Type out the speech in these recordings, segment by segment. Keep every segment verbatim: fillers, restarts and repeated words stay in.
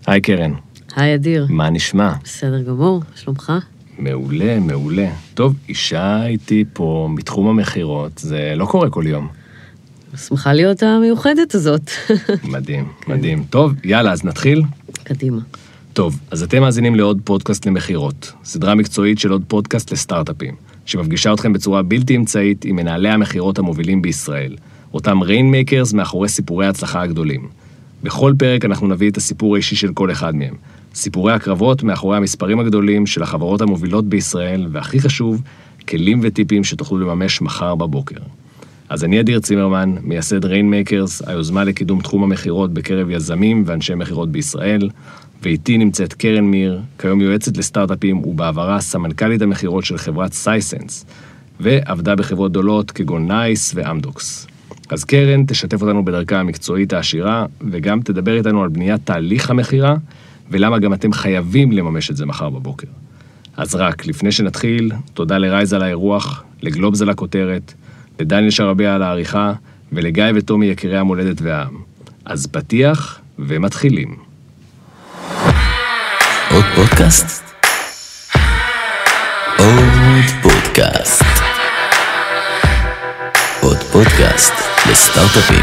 היי קרן. היי אדיר. מה נשמע? בסדר גמור, שלומך? מעולה, מעולה. טוב, אישה איתי פה מתחום המחירות, זה לא קורה כל יום. שמחה להיות המיוחדת הזאת. מדהים, מדהים. טוב, יאללה, אז נתחיל? קדימה. טוב, אז אתם מאזינים לעוד פודקאסט למחירות, סדרה מקצועית של עוד פודקאסט לסטארט-אפים, שמפגישה אתכם בצורה בלתי אמצעית עם מנהלי המחירות המובילים בישראל, אותם ריינמייקרס מאחורי סיפורי ההצלחה הגדולים. בכל פרק אנחנו נביא את הסיפור האישי של כל אחד מהם, סיפורי הקרבות מאחורי המספרים הגדולים של החברות המובילות בישראל, והכי חשוב, כלים וטיפים שתוכלו לממש מחר בבוקר. אז אני אדיר צימרמן, מייסד ריינמייקרס, היוזמה לקידום תחום המחירות בקרב יזמים ואנשי מחירות בישראל, ואיתי נמצאת קרן מיר, כיום יועצת לסטארט-אפים ובעברה סמנכ"לית המחירות של חברת סייסנס, ועבדה בחברות גדולות כגון נייס ואמדוקס. אז קרן תשתף אותנו בדרכה המקצועית העשירה, וגם תדבר איתנו על בניית תהליך המחירה, ולמה גם אתם חייבים לממש את זה מחר בבוקר. אז רק, לפני שנתחיל, תודה לרייז על האירוח, לגלובס על הכותרת, לדניאל שרביה על העריכה, ולגיא וטומי יקירי המולדת והעם. אז פתיח ומתחילים. עוד פודקאסט? עוד פודקאסט. עוד פודקאסט לסטארט-אפים.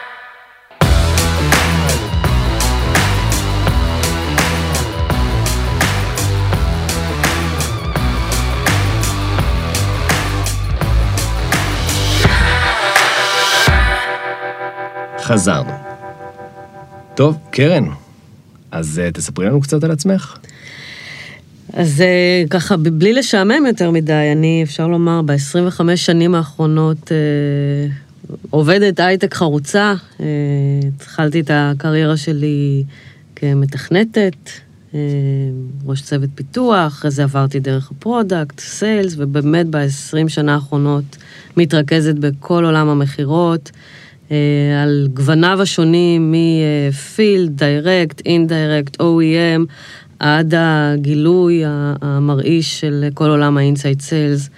חזרנו. טוב, קרן, אז תספרי לנו קצת על עצמך. אז ככה, בלי לשעמם יותר מדי, אני אפשר לומר, ב-עשרים וחמש שנים האחרונות אה, עובדת הייטק חרוצה, אה, התחלתי את הקריירה שלי כמתכנתת, אה, ראש צוות פיתוח, אחרי זה עברתי דרך הפרודקט, סיילס, ובאמת ב-עשרים שנה האחרונות מתרכזת בכל עולם המחירות, על גווניו השונים מפילד, דיירקט, אינדיירקט, או אי אם, עד הגילוי המרעיש של כל עולם האינסייד סיילס,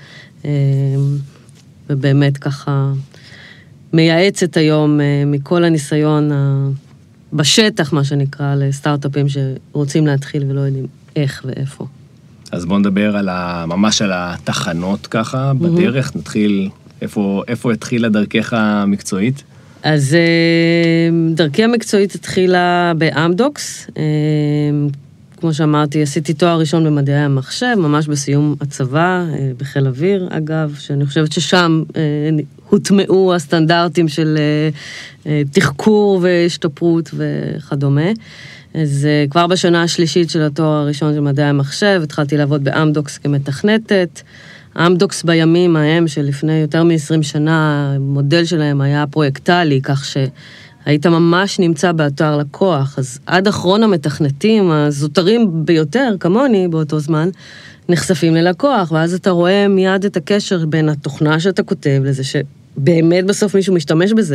ובאמת ככה מייעצת היום מכל הניסיון בשטח, מה שנקרא, לסטארט-אפים שרוצים להתחיל ולא יודעים איך ואיפה. אז בואו נדבר על ה, ממש על התחנות ככה, בדרך, נתחיל, איפה, איפה התחילה דרכך המקצועית? אז דרכי המקצועית התחילה באמדוקס, כמו שאמרתי, עשיתי תואר ראשון במדעי המחשב, ממש בסיום הצבא, בחיל אוויר, אגב, שאני חושבת ששם הוטמעו הסטנדרטים של תחקור והשתפרות וכדומה. אז כבר בשנה השלישית של התואר הראשון של מדעי המחשב, התחלתי לעבוד באמדוקס כמתכנתת, אמדוקס בימים ההם שלפני יותר מ-עשרים שנה, המודל שלהם היה פרויקטלי, כך שהיית ממש נמצא באתר לקוח, אז עד אחרון המתכנתים, הזוטרים ביותר, כמוני באותו זמן, נחשפים ללקוח, ואז אתה רואה מיד את הקשר בין התוכנה שאתה כותב לזה, שבאמת בסוף מישהו משתמש בזה.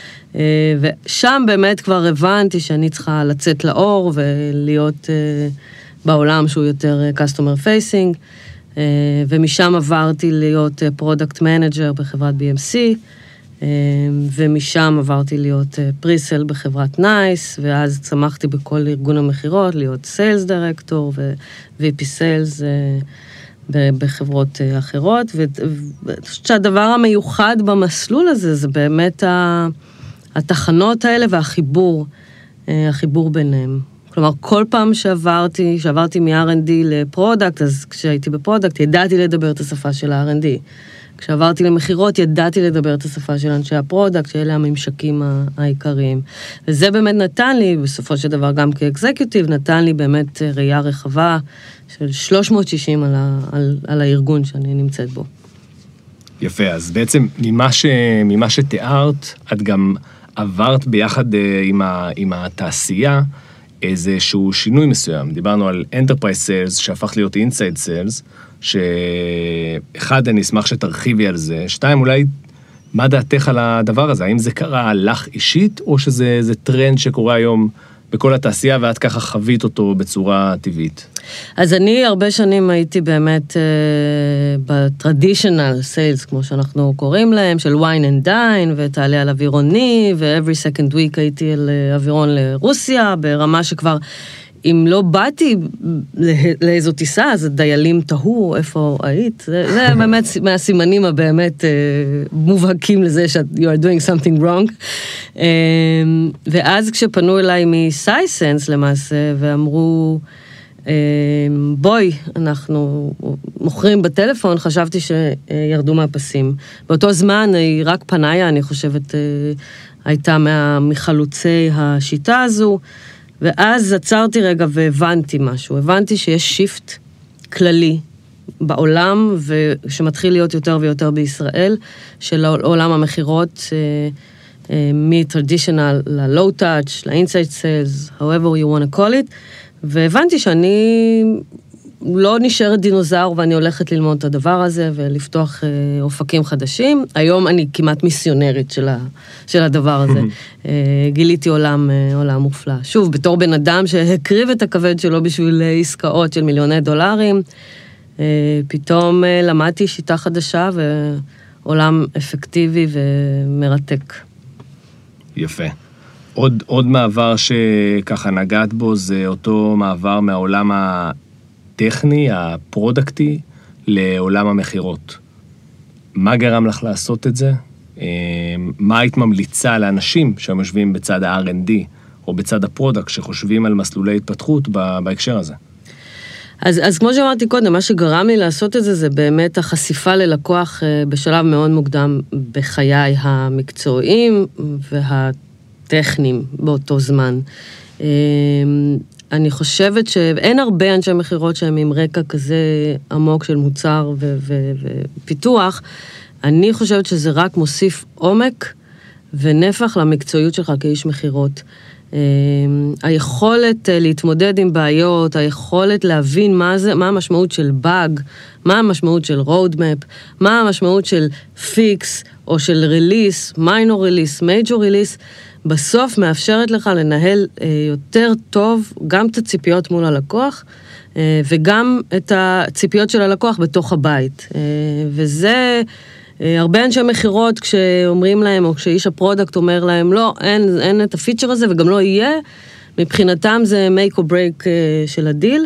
ושם באמת כבר הבנתי שאני צריכה לצאת לאור, ולהיות בעולם שהוא יותר customer facing, ומשם עברתי להיות פרודקט מנג'ר בחברת בי אם סי, ומשם עברתי להיות פריסל בחברת נייס, ואז צמחתי בכל ארגון המחירות, להיות סיילס דירקטור ו-וי פי סיילס בחברות אחרות, ואני חושבת שהדבר המיוחד במסלול הזה, זה באמת התחנות האלה והחיבור, החיבור ביניהם. כלומר, כל פעם שעברתי, שעברתי מ-אר אנד די לפרודקט, אז כשהייתי בפרודקט, ידעתי לדבר את השפה של ה-אר אנד די. כשעברתי למחירות, ידעתי לדבר את השפה של אנשי הפרודקט, שאלה הממשקים העיקריים. וזה באמת נתן לי, בסופו של דבר גם כאקזקיוטיב, נתן לי באמת ראייה רחבה של שלוש מאות ושישים על, ה- על, על הארגון שאני נמצאת בו. יפה, אז בעצם ממה, ש... ממה שתיארת, את גם עברת ביחד עם, ה... עם התעשייה, איזשהו שינוי מסוים. דיברנו על Enterprise Sales, שהפך להיות Inside Sales, שאחד, אני אשמח שתרחיבי על זה, שתיים, אולי, מה דעתך על הדבר הזה? האם זה קרה לך אישית, או שזה זה טרנד שקורה היום בכל התעשייה, ואת ככה חווית אותו בצורה טבעית? אז אני הרבה שנים הייתי באמת בטרדישיונל סיילס, כמו שאנחנו קוראים להם, של wine and dine, ותעלה על אווירוני, ו-every second week הייתי על אווירון לרוסיה, ברמה שכבר אם לא באתי לאיזו טיסה, אז דיילים תהו, איפה היית? זה, זה באמת מהסימנים הבאמת מובהקים לזה ש- you are doing something wrong. ואז כשפנו אליי מסייסנס למעשה, ואמרו, בואי, אנחנו מוכרים בטלפון, חשבתי שירדו מהפסים. באותו זמן היא רק פניה, אני חושבת, הייתה מחלוצי השיטה הזו, ואז עצרתי רגע והבנתי משהו. הבנתי שיש שיפט כללי בעולם, ושמתחיל להיות יותר ויותר בישראל, של עולם המחירות, מ-traditional ל-low touch, ל-inside sales, however you want to call it, והבנתי שאני לא נשארת דינוזאור, ואני הולכת ללמוד את הדבר הזה, ולפתוח אה, אופקים חדשים. היום אני כמעט מיסיונרית של, ה, של הדבר הזה. אה, גיליתי עולם, אה, עולם מופלא. שוב, בתור בן אדם שהקריב את הכבד שלו בשביל עסקאות של מיליוני דולרים, אה, פתאום אה, למדתי שיטה חדשה, ועולם אפקטיבי ומרתק. יפה. עוד, עוד מעבר שככה נגעת בו, זה אותו מעבר מהעולם הטכני, הפרודקטי, לעולם המחירות. מה גרם לך לעשות את זה? מה היית ממליצה לאנשים שמשווים בצד ה-אר אנד די, או בצד הפרודקט, שחושבים על מסלולי התפתחות בהקשר הזה? אז, אז כמו שאמרתי קודם, מה שגרם לי לעשות את זה, זה באמת החשיפה ללקוח בשלב מאוד מוקדם בחיי המקצועיים וה... טכניים באותו זמן. אני חושבת שאין הרבה אנשי מחירות שהם עם רקע כזה עמוק של מוצר ו- ו- ופיתוח. אני חושבת שזה רק מוסיף עומק ונפח למקצועיות שלך כאיש מחירות. היכולת להתמודד עם בעיות, היכולת להבין מה זה, מה המשמעות של באג, מה המשמעות של רודמפ, מה המשמעות של פיקס או של ריליס, מיינור ריליס, מייג'ור ריליס, בסוף מאפשרת לך לנהל יותר טוב גם את הציפיות מול הלקוח, וגם את הציפיות של הלקוח בתוך הבית. וזה, הרבה אנשי מחירות כשאומרים להם, או כשאיש הפרודקט אומר להם, לא, אין, אין את הפיצ'ר הזה וגם לא יהיה, מבחינתם זה make or break של הדיל,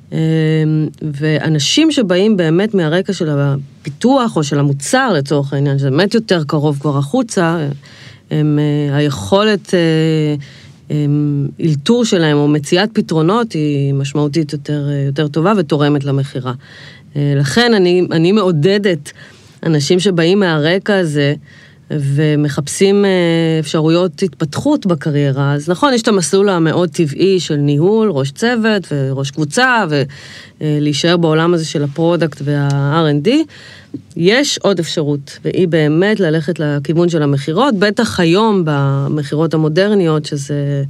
ואנשים שבאים באמת מהרקע של הפיתוח או של המוצר לצורך העניין, שזה באמת יותר קרוב כבר החוצה, הם, היכולת אילתור שלהם או מציאת פתרונות היא משמעותית יותר, יותר טובה ותורמת למחירה. לכן אני, אני מעודדת אנשים שבאים מהרקע הזה ומחפשים אפשרויות התפתחות בקריירה. אז נכון, יש את המסלול המאוד טבעי של ניהול, ראש צוות וראש קבוצה, ולהישאר בעולם הזה של הפרודקט וה-אר אנד די. יש עוד אפשרות, והיא באמת ללכת לכיוון של המחירות, בטח היום במחירות המודרניות, שזה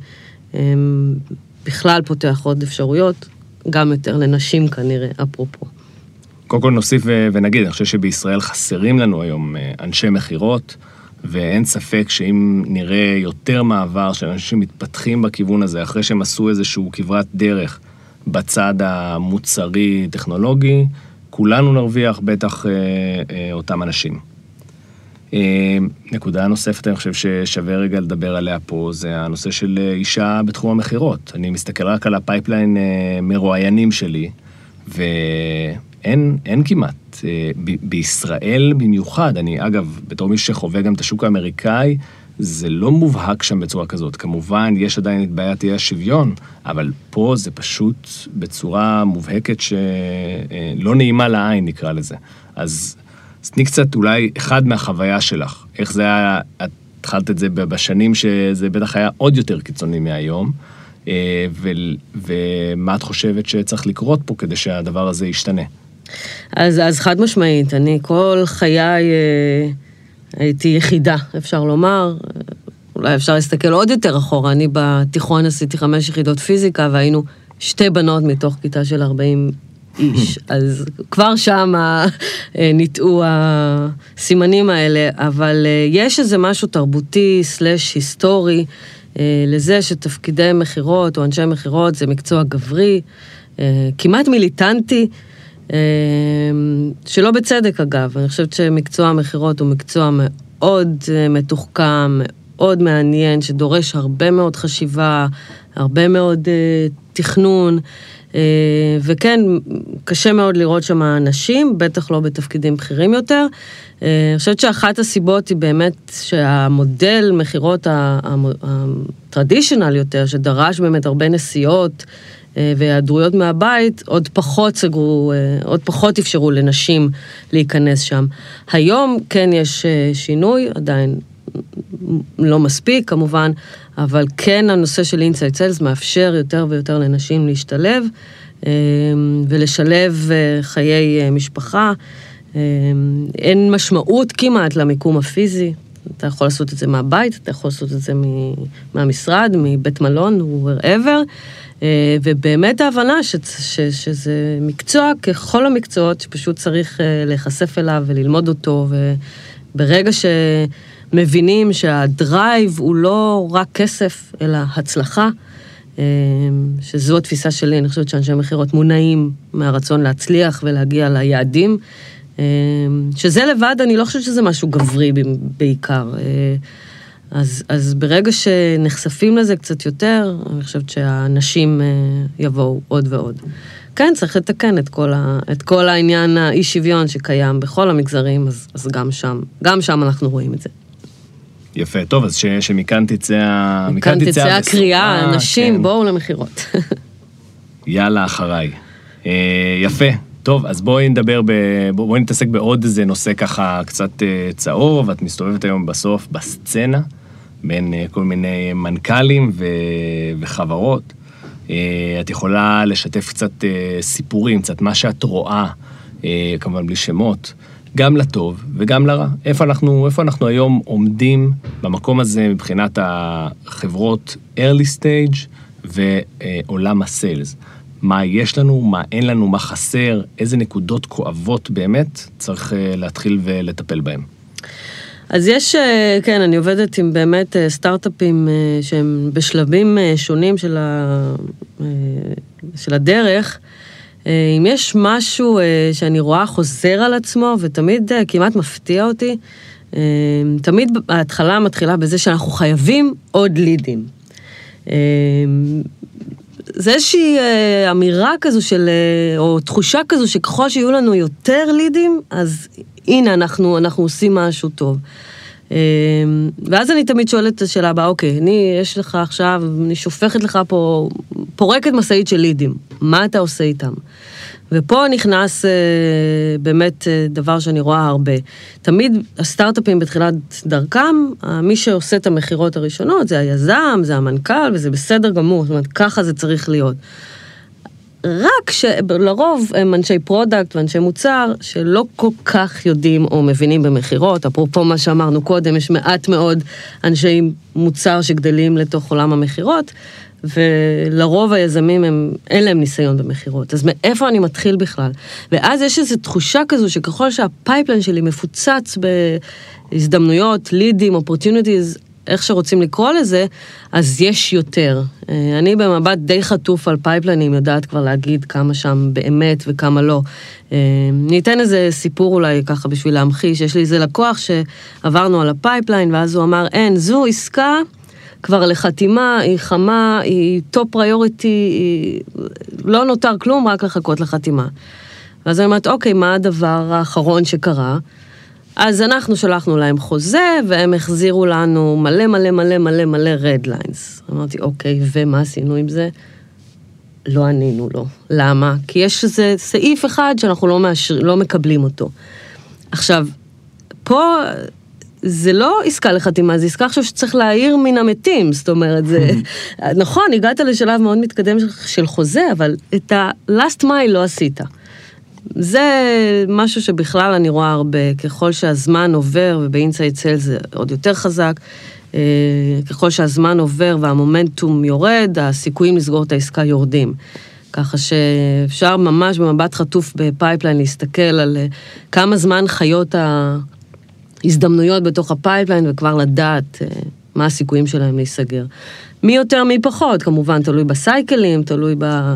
בכלל פותח עוד אפשרויות, גם יותר לנשים כנראה, אפרופו. קודם כל נוסיף ונגיד, אני חושב שבישראל חסרים לנו היום אנשי מחירות, ואין ספק שאם נראה יותר מעבר של אנשים מתפתחים בכיוון הזה, אחרי שהם עשו איזשהו כברת דרך בצד המוצרי-טכנולוגי, כולנו נרוויח בטח אה, אה, אותם אנשים. אה, נקודה נוספת, אני חושב ששווה רגע לדבר עליה פה, זה הנושא של אישה בתחום המחירות. אני מסתכל רק על הפייפליין אה, מרואיינים שלי, ואין אין כמעט. אה, ב- בישראל במיוחד, אני אגב, בתור מי שחווה גם את השוק האמריקאי, זה לא מובהק שם בצורה כזאת. כמובן, יש עדיין את בעיית אי השוויון, אבל פה זה פשוט בצורה מובהקת שלא נעימה לעין, נקרא לזה. אז תני קצת אולי אחד מהחוויה שלך. איך זה היה, את התחלת את זה בשנים שזה בטח היה עוד יותר קיצוני מהיום, ו- ומה את חושבת שצריך לקרות פה כדי שהדבר הזה ישתנה? אז, אז חד משמעית, אני כל חיי... הייתי יחידה, אפשר לומר, אולי אפשר להסתכל עוד יותר אחורה, אני בתיכון עשיתי חמש יחידות פיזיקה, והיינו שתי בנות מתוך כיתה של ארבעים איש, אז כבר שם ניטעו הסימנים האלה, אבל יש איזה משהו תרבותי סלש היסטורי, לזה שתפקידי מחירות או אנשי מחירות זה מקצוע גברי, כמעט מיליטנטי, שלא בצדק אגב, אני חושבת שמקצוע המחירות הוא מקצוע מאוד מתוחכם, מאוד מעניין, שדורש הרבה מאוד חשיבה, הרבה מאוד תכנון, וכן, קשה מאוד לראות שם אנשים, בטח לא בתפקידים בכירים יותר. אני חושבת שאחת הסיבות היא באמת שהמודל מחירות הטרדישיונל יותר, שדרש באמת הרבה נסיעות והיעדרויות מהבית, עוד פחות סגרו, עוד פחות אפשרו לנשים להיכנס שם. היום כן יש שינוי, עדיין לא מספיק כמובן, אבל כן הנושא של אינסייד סיילס מאפשר יותר ויותר לנשים להשתלב, ולשלב חיי משפחה. אין משמעות כמעט למיקום הפיזי, אתה יכול לעשות את זה מהבית, אתה יכול לעשות את זה מהמשרד, מבית מלון, wherever, ובאמת ההבנה ש, ש, שזה מקצוע ככל המקצועות שפשוט צריך להיחשף אליו וללמוד אותו, וברגע שמבינים שהדרייב הוא לא רק כסף, אלא הצלחה, שזו התפיסה שלי, אני חושבת שאנשי מחירות מונעים מהרצון להצליח ולהגיע ליעדים, שזה לבד, אני לא חושבת שזה משהו גברי בעיקר. אז, אז ברגע שנחשפים לזה קצת יותר, אני חושבת שהאנשים יבואו עוד ועוד. כן, צריך לתקן את כל, ה, את כל העניין האי שוויון שקיים בכל המגזרים, אז, אז גם שם, גם שם אנחנו רואים את זה. יפה, טוב, אז ש, שמכאן תצא, מכאן תצא הקריאה, אנשים כן. בואו למחירות. יאללה, אחריי. יפה. טוב, אז בואי נדבר, ב... בואי נתעסק בעוד איזה נושא ככה קצת צהוב, את מסתובבת היום בסוף בסצנה, בין כל מיני מנכ"לים ו... וחברות. את יכולה לשתף קצת סיפורים, קצת מה שאת רואה, כמובן בלי שמות, גם לטוב וגם לרע. איפה אנחנו, איפה אנחנו היום עומדים במקום הזה מבחינת החברות early stage ועולם הסיילס? מה יש לנו, מה אין לנו, מה חסר, איזה נקודות כואבות באמת צריך להתחיל ולטפל בהם. אז יש, כן, אני עובדת עם באמת סטארט-אפים שהם בשלבים שונים של, ה, של הדרך. אם יש משהו שאני רואה חוזר על עצמו, ותמיד כמעט מפתיע אותי, תמיד ההתחלה מתחילה בזה שאנחנו חייבים עוד לידים. זה איזושהי אה, אמירה כזו של, אה, או תחושה כזו שככל שיהיו לנו יותר לידים, אז הנה אנחנו, אנחנו עושים משהו טוב. אה, ואז אני תמיד שואלת את השאלה הבאה, אוקיי, אני, יש לך עכשיו, אני שופכת לך פה, פורקת מסעית של לידים, מה אתה עושה איתם? ופה נכנס אה, באמת אה, דבר שאני רואה הרבה. תמיד הסטארט-אפים בתחילת דרכם, מי שעושה את המחירות הראשונות, זה היזם, זה המנכ"ל, וזה בסדר גמור, זאת אומרת, ככה זה צריך להיות. רק שלרוב הם אנשי פרודקט ואנשי מוצר, שלא כל כך יודעים או מבינים במחירות, אפרופו מה שאמרנו קודם, יש מעט מאוד אנשי מוצר שגדלים לתוך עולם המחירות, ולרוב היזמים הם, אין להם ניסיון במחירות. אז מאיפה אני מתחיל בכלל? ואז יש איזו תחושה כזו שככל שהפייפליין שלי מפוצץ בהזדמנויות, לידים, אופורטיוניטיז, איך שרוצים לקרוא לזה, אז יש יותר. אני במבט די חטוף על פייפליינים, יודעת כבר להגיד כמה שם באמת וכמה לא. ניתן איזה סיפור אולי ככה בשביל להמחיש. יש לי איזה לקוח שעברנו על הפייפליין, ואז הוא אמר, אין, זו עסקה, כבר לחתימה, היא חמה, היא טופ פריוריטי, לא נותר כלום, רק לחכות לחתימה. ואז אני אומרת, אוקיי, מה הדבר האחרון שקרה? אז אנחנו שלחנו להם חוזה, והם החזירו לנו מלא מלא מלא מלא מלא רדליינס. אמרתי, אוקיי, ומה עשינו עם זה? לא ענינו לו. למה? כי יש איזה סעיף אחד שאנחנו לא, מאשר, לא מקבלים אותו. עכשיו, פה זה לא עסקה לחתימה, זה עסקה עכשיו שצריך להעיר מן המתים, זאת אומרת, זה, נכון, הגעת לשלב מאוד מתקדם של חוזה, אבל את ה-last mile לא עשית. זה משהו שבכלל אני רואה הרבה, ככל שהזמן עובר, ובאינסייד סיילס זה עוד יותר חזק, ככל שהזמן עובר והמומנטום יורד, הסיכויים לסגור את העסקה יורדים. ככה שאפשר ממש במבט חטוף בפייפליין להסתכל על כמה זמן חיות ההזדמנויות בתוך הפייפליין, וכבר לדעת מה הסיכויים שלהם להיסגר. מי יותר, מי פחות, כמובן תלוי בסייקלים, תלוי ב...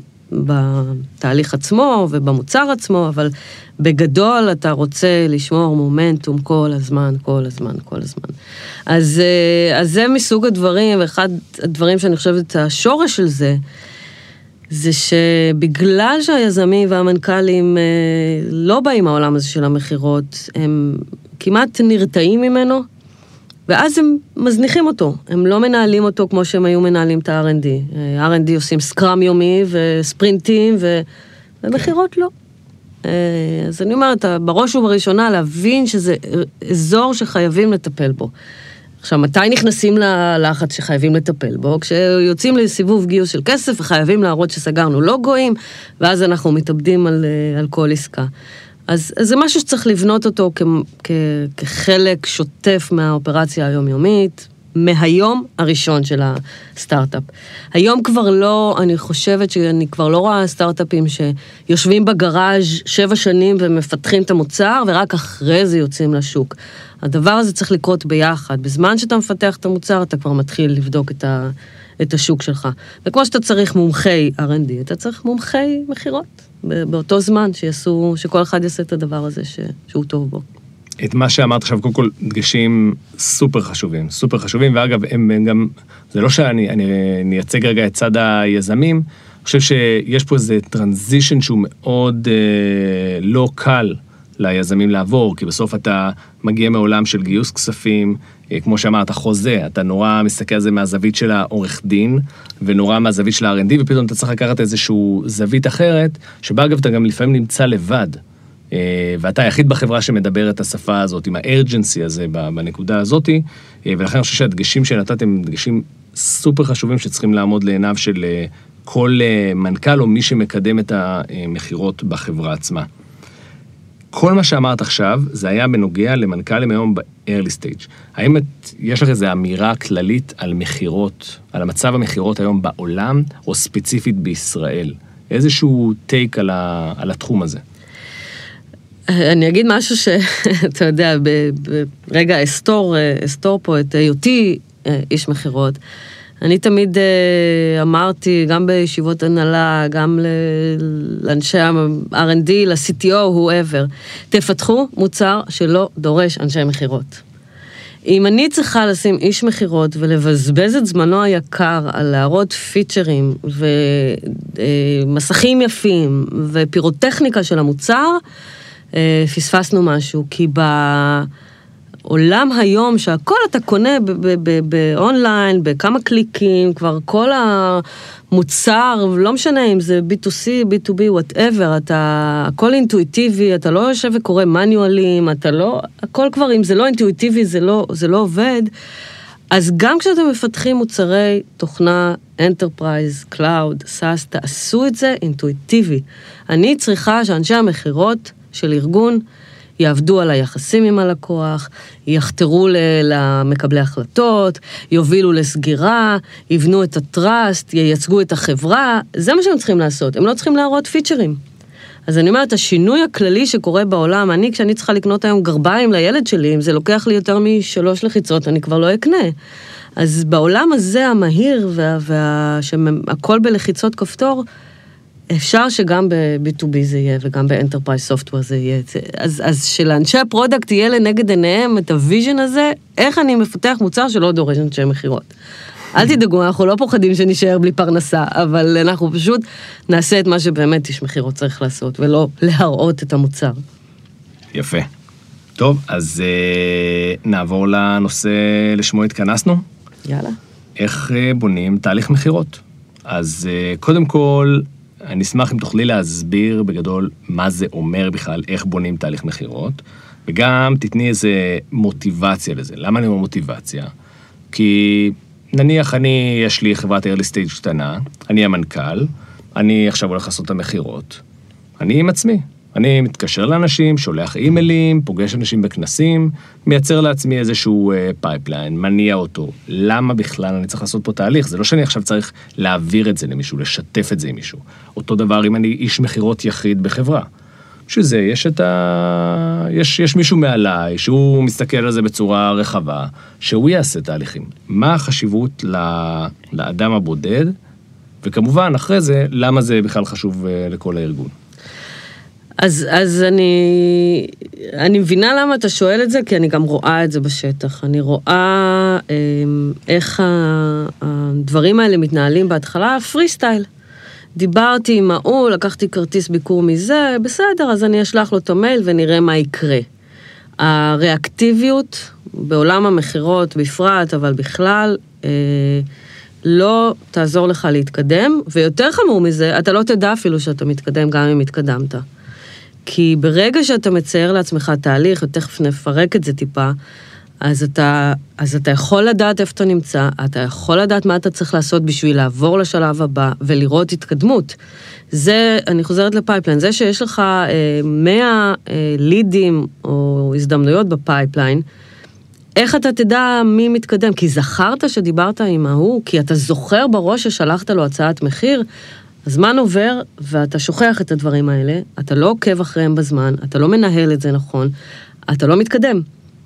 בתהליך עצמו ובמוצר עצמו, אבל בגדול אתה רוצה לשמור מומנטום כל הזמן, כל הזמן, כל הזמן. אז, אז זה מסוג הדברים, ואחד הדברים שאני חושבת, השורש של זה, זה שבגלל שהיזמים והמנכ"לים לא באים מהעולם הזה של המחירות, הם כמעט נרתעים ממנו, ואז הם מזניחים אותו. הם לא מנהלים אותו כמו שהם היו מנהלים את ה-אר אנד די. אר אנד די עושים סקראם יומי וספרינטים, ומחירות לא. אז אני אומרת, בראש ובראשונה להבין שזה אזור שחייבים לטפל בו. עכשיו, מתי נכנסים ללחץ שחייבים לטפל בו? כשיוצאים לסיבוב גיוס של כסף, וחייבים להראות שסגרנו לוגויים, ואז אנחנו מתאבדים על, על כל עסקה. אז, אז זה משהו שצריך לבנות אותו כ, כ, כחלק שוטף מהאופרציה היומיומית, מהיום הראשון של הסטארט-אפ. היום כבר לא, אני חושבת שאני כבר לא רואה סטארט-אפים שיושבים בגראז' שבע שנים ומפתחים את המוצר, ורק אחרי זה יוצאים לשוק. הדבר הזה צריך לקרות ביחד. בזמן שאתה מפתח את המוצר, אתה כבר מתחיל לבדוק את, ה, את השוק שלך. וכמו שאתה צריך מומחי אר אנד די, אתה צריך מומחי מחירות, באותו זמן שיעשו, שכל אחד יעשה את הדבר הזה ש, שהוא טוב בו. את מה שאמרת עכשיו, קודם כל, דגשים סופר חשובים, סופר חשובים, ואגב, הם, הם גם, זה לא שאני אני, אני אצג רגע את צד היזמים, אני חושב שיש פה איזה טרנזישן שהוא מאוד אה, לא קל ליזמים לעבור, כי בסוף אתה מגיע מעולם של גיוס כספים, אה, כמו שאמרת, חוזה, אתה נורא מסתכל על זה מהזווית של העורך דין, ונורא מהזווית של ה-אר אנד די, ופתאום אתה צריך לקחת איזשהו זווית אחרת, שבה אגב אתה גם לפעמים נמצא לבד, ואתה היחיד בחברה שמדבר את השפה הזאת, עם הארג'נסי הזה בנקודה הזאת, ולכן אני חושב שהדגשים שנתתם הם דגשים סופר חשובים שצריכים לעמוד לעיניו של כל מנכ"ל או מי שמקדם את המחירות בחברה עצמה. כל מה שאמרת עכשיו, זה היה בנוגע למנכ"לים היום ב-early stage. האם יש לך איזו אמירה כללית על מחירות, על המצב המחירות היום בעולם, או ספציפית בישראל? איזשהו טייק על, ה, על התחום הזה? אני אגיד משהו שאתה יודע, ברגע אסתור, אסתור פה את היותי איש מחירות. אני תמיד אמרתי, גם בישיבות הנהלה, גם לאנשי ה-אר אנד די, ל-סי טי או, whoever, תפתחו מוצר שלא דורש אנשי מחירות. אם אני צריכה לשים איש מחירות ולבזבז את זמנו היקר על להראות פיצ'רים ומסכים יפים ופירוטכניקה של המוצר, פספסנו משהו, כי בעולם היום שהכל אתה קונה באונליין, בכמה קליקים, כבר כל המוצר, לא משנה אם זה בי טו סי, בי טו בי, whatever, אתה, הכל אינטואיטיבי, אתה לא יושב וקורא מניואלים, אתה לא, הכל כבר, אם זה לא אינטואיטיבי, זה לא, זה לא עובד. אז גם כשאתם מפתחים מוצרי תוכנה, אנטרפרייז, קלאוד, סאס, תעשו את זה אינטואיטיבי. אני צריכה שאנשי המחירות של ארגון יעבדו על היחסים עם הלקוח, יחתרו למקבלי החלטות, יובילו לסגירה, יבנו את הטראסט, ייצגו את החברה, זה מה שהם צריכים לעשות, הם לא צריכים להראות פיצ'רים. אז אני אומרת, השינוי הכללי שקורה בעולם, אני כשאני צריכה לקנות היום גרביים לילד שלי, אם זה לוקח לי יותר משלוש לחיצות, אני כבר לא אקנה. אז בעולם הזה המהיר, וה, וה, שהכל בלחיצות כפתור, אפשר שגם ב-בי טו בי זה יהיה, וגם ב-Enterprise Software זה יהיה. אז, אז שלאנשי הפרודקט יהיה לנגד עיניהם את הוויז'ן הזה, איך אני מפתח מוצר שלא דורש אנשי מחירות. אל תדאגו, אנחנו לא פוחדים שנשאר בלי פרנסה, אבל אנחנו פשוט נעשה את מה שבאמת איש מחירות צריך לעשות, ולא להראות את המוצר. יפה. טוב, אז uh, נעבור לנושא לשמו התכנסנו. יאללה. איך uh, בונים תהליך מחירות? אז uh, קודם כל, אני אשמח אם תוכלי להסביר בגדול מה זה אומר בכלל, איך בונים תהליך מחירות, וגם תתני איזה מוטיבציה לזה. למה אני אומר מוטיבציה? כי נניח אני, יש לי חברת early stage קטנה, אני המנכ"ל, אני עכשיו הולך לעשות את המחירות, אני עם עצמי. אני מתקשר לאנשים, שולח אימיילים, פוגש אנשים בכנסים, מייצר לעצמי איזשהו פייפליין, מניע אותו. למה בכלל אני צריך לעשות פה תהליך? זה לא שאני עכשיו צריך להעביר את זה למישהו, לשתף את זה עם מישהו. אותו דבר אם אני איש מחירות יחיד בחברה. שזה, יש את ה... יש, יש מישהו מעליי, שהוא מסתכל על זה בצורה רחבה, שהוא יעשה תהליכים. מה החשיבות לאדם הבודד, וכמובן, אחרי זה, למה זה בכלל חשוב לכל הארגון? אז, אז אני, אני מבינה למה אתה שואל את זה, כי אני גם רואה את זה בשטח. אני רואה איך הדברים האלה מתנהלים בהתחלה, פרי סטייל. דיברתי עם ההוא, לקחתי כרטיס ביקור מזה, בסדר, אז אני אשלח לו את המייל ונראה מה יקרה. הריאקטיביות בעולם המחירות בפרט, אבל בכלל, אה, לא תעזור לך להתקדם, ויותר חמור מזה, אתה לא תדע אפילו שאתה מתקדם גם אם התקדמת. כי ברגע שאתה מצייר לעצמך תהליך, ותכף נפרק את זה טיפה, אז אתה, אז אתה יכול לדעת איפה אתה נמצא, אתה יכול לדעת מה אתה צריך לעשות בשביל לעבור לשלב הבא, ולראות התקדמות. זה, אני חוזרת לפייפליין, זה שיש לך אה, מאה אה, לידים או הזדמנויות בפייפליין, איך אתה תדע מי מתקדם? כי זכרת שדיברת עם ההוא, כי אתה זוכר בראש ששלחת לו הצעת מחיר, הזמן עובר ואתה שוכח את הדברים האלה, אתה לא עוקב אחריהם בזמן, אתה לא מנהל את זה נכון, אתה לא מתקדם.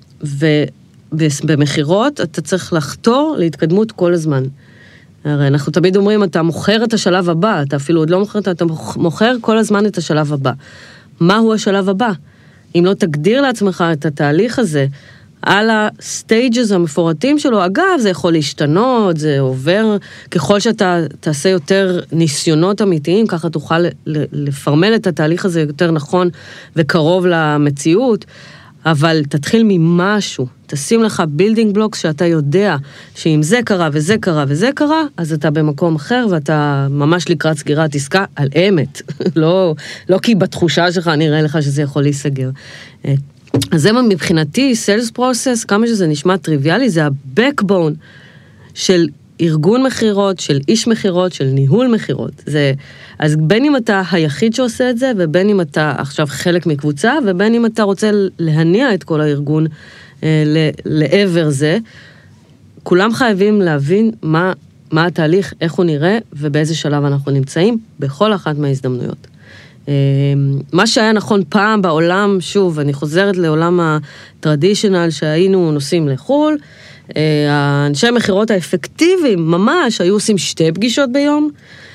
ובמחירות אתה צריך לחתור להתקדמות כל הזמן. הרי אנחנו תמיד אומרים, אתה מוכר את השלב הבא, אתה אפילו עוד לא מוכר, אתה מוכר כל הזמן את השלב הבא. מהו השלב הבא? אם לא תגדיר לעצמך את התהליך הזה, על הסטייג'ס המפורטים שלו, אגב, זה יכול להשתנות, זה עובר, ככל שאתה תעשה יותר ניסיונות אמיתיים, ככה תוכל לפרמל את התהליך הזה יותר נכון וקרוב למציאות, אבל תתחיל ממשהו, תשים לך בילדינג בלוקס שאתה יודע שאם זה קרה וזה קרה וזה קרה, אז אתה במקום אחר ואתה ממש לקראת סגירת עסקה על אמת, לא, לא כי בתחושה שלך נראה לך שזה יכול להיסגר. אז זה מבחינתי, sales process, כמה שזה נשמע טריוויאלי, זה ה-backbone של ארגון מחירות, של איש מחירות, של ניהול מחירות. זה, אז בין אם אתה היחיד שעושה את זה, ובין אם אתה עכשיו חלק מקבוצה, ובין אם אתה רוצה להניע את כל הארגון אה, לעבר זה, כולם חייבים להבין מה, מה התהליך, איך הוא נראה, ובאיזה שלב אנחנו נמצאים, בכל אחת מההזדמנויות. מה שהיה נכון פעם בעולם, שוב, אני חוזרת לעולם הטרדישיונל שהיינו נוסעים לחול, האנשי המחירות האפקטיביים ממש היו עושים שתי פגישות ביום,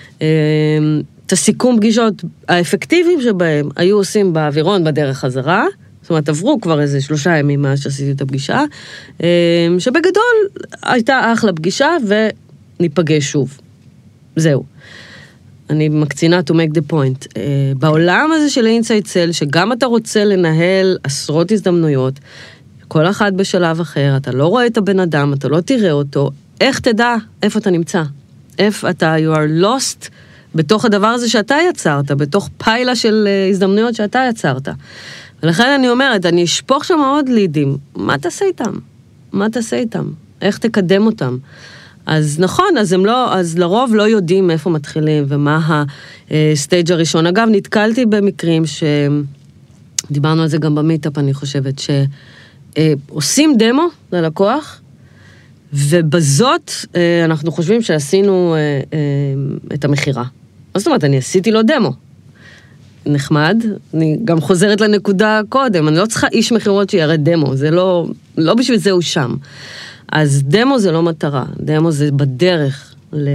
את הסיכום פגישות האפקטיביים שבהם היו עושים באווירון בדרך חזרה, זאת אומרת עברו כבר איזה שלושה ימים מאז שעשיתי את הפגישה, שבגדול הייתה אחלה פגישה וניפגש שוב. זהו. אני מקצינה to make the point. Uh, בעולם הזה של אינסייט סל, שגם אתה רוצה לנהל עשרות הזדמנויות, כל אחד בשלב אחר, אתה לא רואה את הבן אדם, אתה לא תראה אותו, איך תדע איפה אתה נמצא? איפה אתה, you are lost בתוך הדבר הזה שאתה יצרת, בתוך פיילה של uh, הזדמנויות שאתה יצרת. ולכן אני אומרת, אני אשפוך שם עוד לידים, מה תעשה איתם? מה תעשה איתם? איך תקדם אותם? אז נכון, אז הם לא, אז לרוב לא יודעים איפה מתחילים ומה הסטייג' הראשון. אגב, נתקלתי במקרים שדיברנו על זה גם במיטאפ, אני חושבת, שעושים דמו ללקוח, ובזאת אנחנו חושבים שעשינו את המחירה. זאת אומרת, אני עשיתי לו דמו. נחמד, אני גם חוזרת לנקודה קודם, אני לא צריכה איש מחירות שיראה דמו, זה לא, לא בשביל זה הוא שם. אז דמו זה לא מטרה, דמו זה בדרך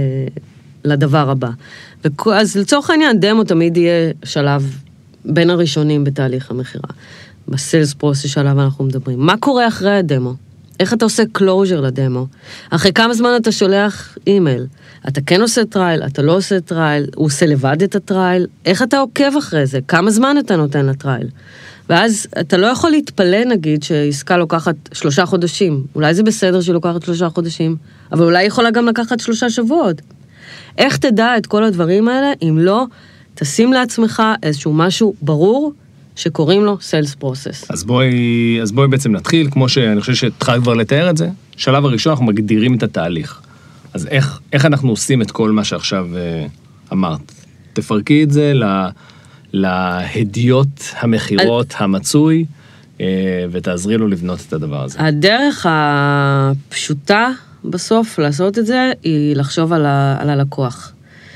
לדבר הבא. אז לצורך העניין, דמו תמיד יהיה שלב בין הראשונים בתהליך המחירה. בסיילס פרוסס שלב אנחנו מדברים. מה קורה אחרי הדמו? איך אתה עושה קלוז'ר לדמו? אחרי כמה זמן אתה שולח אימייל? אתה כן עושה טרייל, אתה לא עושה טרייל, הוא עושה לבד את הטרייל? איך אתה עוקב אחרי זה? כמה זמן אתה נותן לטרייל? ואז אתה לא יכול להתפלא, נגיד, שעסקה לוקחת שלושה חודשים. אולי זה בסדר שהיא לוקחת שלושה חודשים, אבל אולי היא יכולה גם לקחת שלושה שבועות. איך תדע את כל הדברים האלה, אם לא תשים לעצמך איזשהו משהו ברור, שקוראים לו sales process. אז בואי, אז בואי בעצם נתחיל, כמו שאני חושב שהתחלת כבר לתאר את זה, שלב הראשון אנחנו מגדירים את התהליך. אז איך, איך אנחנו עושים את כל מה שעכשיו אה, אמרת? תפרקי את זה ל... להדיעות המחירות המצוי, ותעזרי לו לבנות את הדבר הזה. הדרך הפשוטה בסוף לעשות את זה, היא לחשוב על, ה, על הלקוח.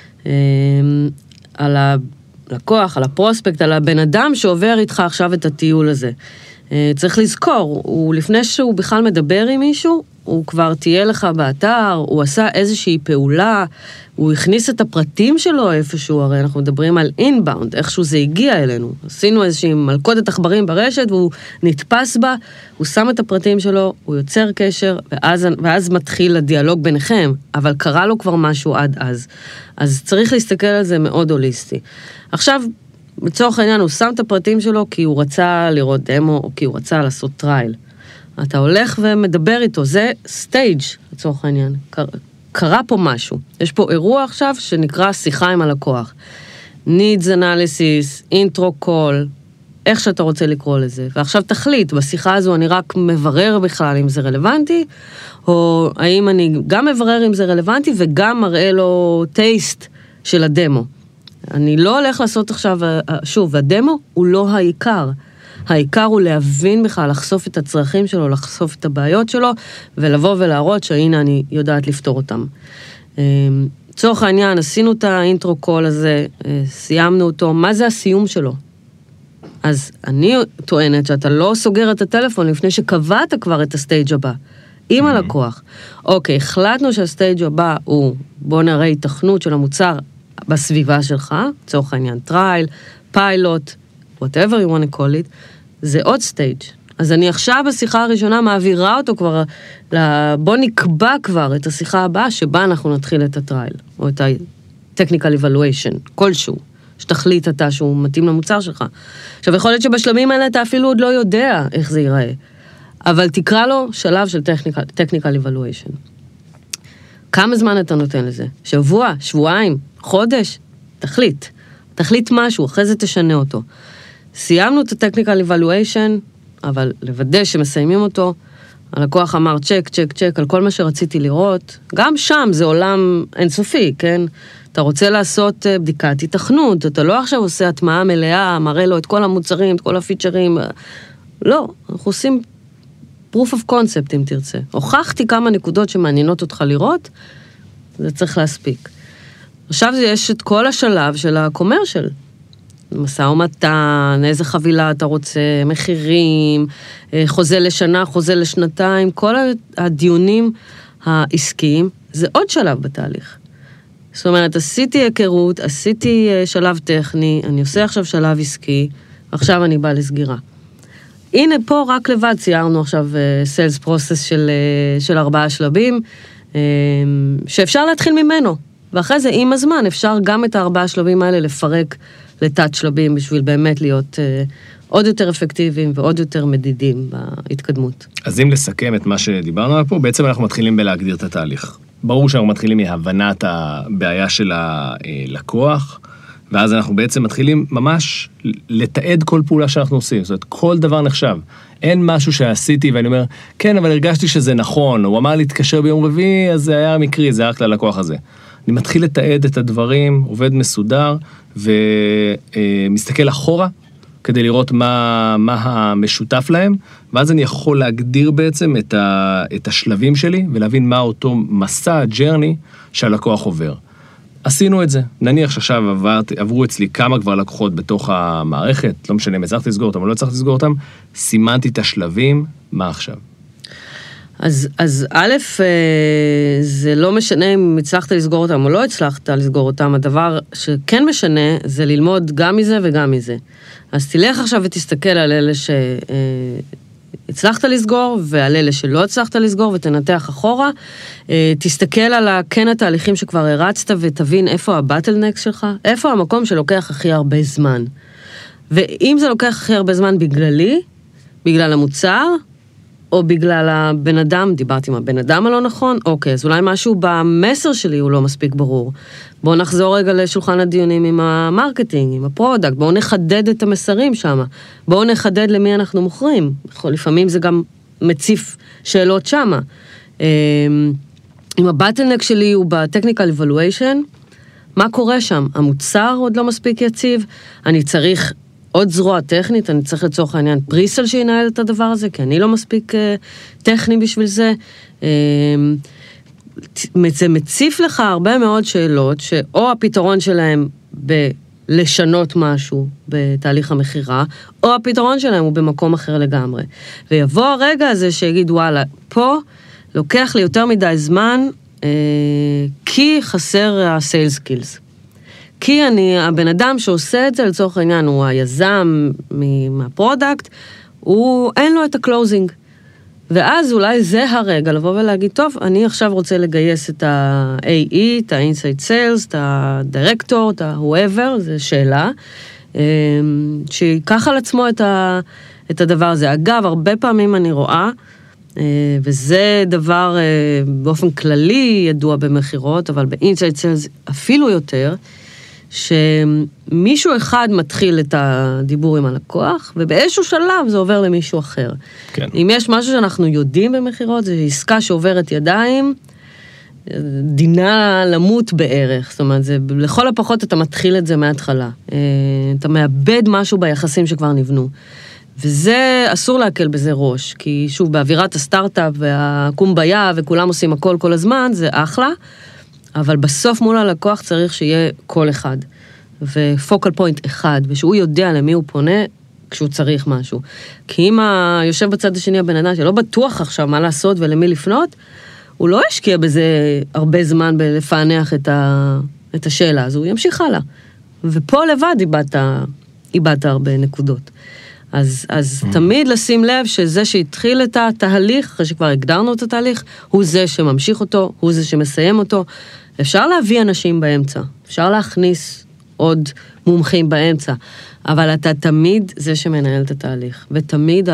על הלקוח, על הפרוספקט, על הבן אדם שעובר איתך עכשיו את הטיול הזה. צריך לזכור, הוא לפני שהוא בכלל מדבר עם מישהו, הוא כבר תהיה לך באתר, הוא עשה איזושהי פעולה, הוא הכניס את הפרטים שלו איפשהו, הרי אנחנו מדברים על אינבאונד, איכשהו זה הגיע אלינו. עשינו איזושהי מלכודת עכברים ברשת, והוא נתפס בה, הוא שם את הפרטים שלו, הוא יוצר קשר, ואז, ואז מתחיל הדיאלוג ביניכם, אבל קרה לו כבר משהו עד אז. אז צריך להסתכל על זה מאוד הוליסטי. עכשיו, בצורך העניין, הוא שם את הפרטים שלו כי הוא רצה לראות דמו, או כי הוא רצה לעשות טרייל. אתה הולך ומדבר איתו, זה סטייג' לצורך העניין. קרה פה משהו. יש פה אירוע עכשיו שנקרא שיחה עם הלקוח. needs analysis, intro call, איך שאתה רוצה לקרוא לזה. ועכשיו תחליט, בשיחה הזו אני רק מברר בכלל אם זה רלוונטי, או האם אני גם מברר אם זה רלוונטי, וגם מראה לו טייסט של הדמו. אני לא הולך לעשות עכשיו, שוב, הדמו הוא לא העיקר. העיקר הוא להבין בכלל, לחשוף את הצרכים שלו, לחשוף את הבעיות שלו, ולבוא ולהראות שהנה אני יודעת לפתור אותם. צורך העניין, עשינו את האינטרו קול הזה, סיימנו אותו, מה זה הסיום שלו? אז אני טוענת שאתה לא סוגר את הטלפון לפני שקבעת כבר את הסטייג' הבא, עם הלקוח. אוקיי, החלטנו שהסטייג' הבא הוא, בוא נראה התכנות של המוצר בסביבה שלך, צורך העניין, טרייל, פיילוט, whatever you want to call it, זה עוד סטייג'. אז אני עכשיו בשיחה הראשונה מעבירה אותו כבר, בוא נקבע כבר את השיחה הבאה שבה אנחנו נתחיל את הטרייל, או את ה-technical evaluation, כלשהו, שתחליט אתה שהוא מתאים למוצר שלך. עכשיו, יכול להיות שבשלבים האלה אתה אפילו עוד לא יודע איך זה ייראה, אבל תקרא לו שלב של technical, technical evaluation. כמה זמן אתה נותן לזה? שבוע, שבועיים, חודש? תחליט. תחליט משהו, אחרי זה תשנה אותו. סיימנו את ה-technical evaluation, אבל לוודא שמסיימים אותו, הלקוח אמר צ'ק, צ'ק, צ'ק, על כל מה שרציתי לראות. גם שם זה עולם אינסופי, כן? אתה רוצה לעשות בדיקת התכנות, אתה לא עכשיו עושה הטמעה מלאה, מראה לו את כל המוצרים, את כל הפיצ'רים. לא, אנחנו עושים proof of concept, אם תרצה. הוכחתי כמה נקודות שמעניינות אותך לראות, זה צריך להספיק. עכשיו יש את כל השלב של הקומרשל. מסע ומתן, איזה חבילה אתה רוצה, מחירים, חוזה לשנה, חוזה לשנתיים, כל הדיונים העסקיים, זה עוד שלב בתהליך. זאת אומרת, עשיתי היכרות, עשיתי שלב טכני, אני עושה עכשיו שלב עסקי, עכשיו אני באה לסגירה. הנה פה רק לבד ציירנו עכשיו סיילס פרוסס של, של ארבעה שלבים, שאפשר להתחיל ממנו. ואחרי זה, עם הזמן, אפשר גם את הארבעה שלבים האלה לפרק לתת שלבים, בשביל באמת להיות אה, עוד יותר אפקטיביים ועוד יותר מדידים בהתקדמות. אז אם לסכם את מה שדיברנו עליו פה, בעצם אנחנו מתחילים בלהגדיר את התהליך. ברור שאנחנו מתחילים מהבנת הבעיה של הלקוח, ואז אנחנו בעצם מתחילים ממש לתעד כל פעולה שאנחנו עושים. זאת אומרת, כל דבר נחשב. אין משהו שעשיתי ואני אומר, כן, אבל הרגשתי שזה נכון, הוא אמר להתקשר ביום רביעי, אז זה היה מקרי, זה היה רק ללקוח הזה. אני מתחיל לתעד את הדברים, עובד מסודר, ומסתכל אחורה, כדי לראות מה, מה המשותף להם, ואז אני יכול להגדיר בעצם את, ה, את השלבים שלי, ולהבין מה אותו מסע, ג'רני, שהלקוח עובר. עשינו את זה. נניח שעכשיו עברת, עברו אצלי כמה כבר לקוחות בתוך המערכת, לא משנה אם הצלחתי לסגור אותם או לא הצלחתי לסגור אותם, סימנתי את השלבים, מה עכשיו? אז, אז א', זה לא משנה אם הצלחת לסגור אותם או לא הצלחת לסגור אותם, הדבר שכן משנה זה ללמוד גם מזה וגם מזה. אז תלך עכשיו ותסתכל על אלה שהצלחת לסגור ועל אלה שלא הצלחת לסגור ותנתח אחורה, תסתכל על כן התהליכים שכבר הרצת ותבין איפה הבטלנקס שלך, איפה המקום שלוקח הכי הרבה זמן. ואם זה לוקח הכי הרבה זמן בגללי, בגלל המוצר, או בגלל הבן אדם, דיברתי עם הבן אדם הלא נכון, אוקיי, אז אולי משהו במסר שלי הוא לא מספיק ברור. בואו נחזור רגע לשולחן הדיונים עם המרקטינג, עם הפרודקט, בואו נחדד את המסרים שם, בואו נחדד למי אנחנו מוכרים. לפעמים זה גם מציף שאלות שם. אם הבטלנק שלי הוא בטכניקל אבלואשן, מה קורה שם? המוצר עוד לא מספיק יציב, אני צריך עוד זרוע טכנית, אני צריך לצורך העניין פריסל שינהל את הדבר הזה, כי אני לא מספיק uh, טכני בשביל זה. Uh, זה מציף לך הרבה מאוד שאלות, שאו הפתרון שלהם בלשנות משהו בתהליך המחירה, או הפתרון שלהם הוא במקום אחר לגמרי. ויבוא הרגע הזה שיגיד, וואלה, פה לוקח לי יותר מדי זמן, אה, כי חסר ה-sales skills. כי אני, הבן אדם שעושה את זה, לצורך העניין, הוא היזם מהפרודקט, הוא, אין לו את הקלוזינג. ואז אולי זה הרגע לבוא ולהגיד, טוב, אני עכשיו רוצה לגייס את ה-איי אי, את ה-Inside Sales, את ה-Director, את ה-Whoever, זו שאלה, שיקח על עצמו את, ה, את הדבר הזה. אגב, הרבה פעמים אני רואה, וזה דבר באופן כללי ידוע במחירות, אבל ב-Inside Sales אפילו יותר, שמישהו אחד מתחיל את הדיבור עם הלקוח, ובאיזשהו שלב זה עובר למישהו אחר. כן. אם יש משהו שאנחנו יודעים במחירות, זה עסקה שעוברת ידיים, דינה למות בערך. זאת אומרת, זה, לכל הפחות אתה מתחיל את זה מההתחלה. אתה מאבד משהו ביחסים שכבר נבנו. וזה, אסור להקל בזה ראש, כי שוב, באווירת הסטארט-אפ והקומביה, וכולם עושים הכל כל הזמן, זה אחלה, אבל בסוף מול הלקוח צריך שיהיה כל אחד, ופוקל פוינט אחד, ושהוא יודע למי הוא פונה כשהוא צריך משהו. כי אם יושב בצד השני הבן אדם שלא בטוח עכשיו מה לעשות ולמי לפנות, הוא לא ישקיע בזה הרבה זמן בלפענח את, ה... את השאלה הזו, הוא ימשיך הלאה. ופה לבד איבדת, איבדת הרבה נקודות. אז, אז תמיד לשים לב שזה שהתחיל את התהליך, אחרי שכבר הגדרנו את התהליך, הוא זה שממשיך אותו, הוא זה שמסיים אותו. אפשר להביא אנשים באמצע, אפשר להכניס עוד מומחים באמצע, אבל אתה תמיד זה שמנהל את התהליך, ותמיד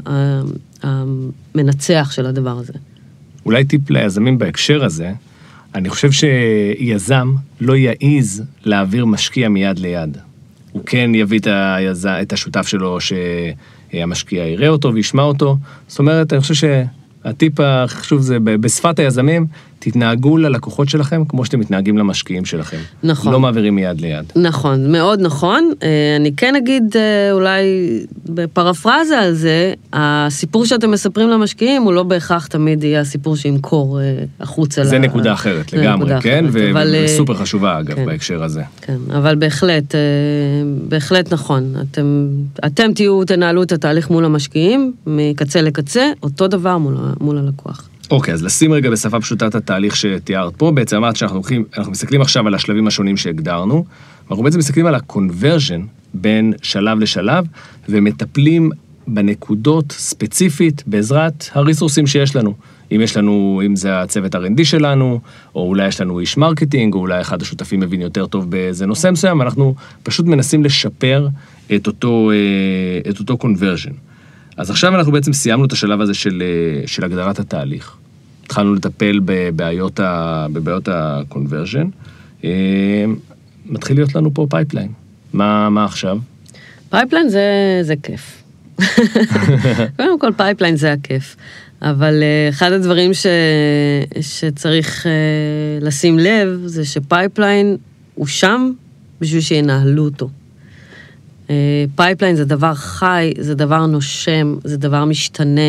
המנצח של הדבר הזה. אולי טיפ ליזמים בהקשר הזה, אני חושב שיזם לא יעיז להעביר משקיע מיד ליד. הוא כן יביא את, היז... את השותף שלו שהמשקיע יראה אותו וישמע אותו. זאת אומרת, אני חושב שהטיפ החשוב זה בשפת היזמים, תתנהגו ללקוחות שלכם כמו שאתם מתנהגים למשקיעים שלכם. נכון. לא מעבירים מיד ליד. נכון, מאוד נכון. אני כן אגיד אולי בפרפרזה על זה, הסיפור שאתם מספרים למשקיעים הוא לא בהכרח תמיד יהיה הסיפור שימכור החוצה. זה נקודה אחרת לגמרי, כן? וסופר חשובה אגב בהקשר הזה. כן, אבל בהחלט, בהחלט נכון. אתם, אתם תהיו, תנהלו את התהליך מול המשקיעים, מקצה לקצה, אותו דבר מול, מול הלקוח. אוקיי, אז לשים רגע בשפה פשוטה את התהליך שתיארת פה, בעצם אמרת שאנחנו הולכים, אנחנו מסתכלים עכשיו על השלבים השונים שהגדרנו, ואנחנו בעצם מסתכלים על ה-conversion בין שלב לשלב, ומטפלים בנקודות ספציפית בעזרת הריסורסים שיש לנו. אם יש לנו, אם זה הצוות אר אנד די שלנו, או אולי יש לנו איש מרקטינג, או אולי אחד השותפים מבין יותר טוב באיזה נושא מסוים, אנחנו פשוט מנסים לשפר את אותו, את אותו conversion. אז עכשיו אנחנו בעצם סיימנו את השלב הזה של, של הגדרת התהליך. התחלנו לטפל בבעיות, ה, בבעיות ה-conversion. מתחיל להיות לנו פה פייפליין. מה, מה עכשיו? פייפליין זה, זה כיף. קודם כל פייפליין זה הכיף. אבל אחד הדברים ש, שצריך לשים לב זה שפייפליין הוא שם בשביל שינהלו אותו. פייפליין זה דבר חי, זה דבר נושם, זה דבר משתנה.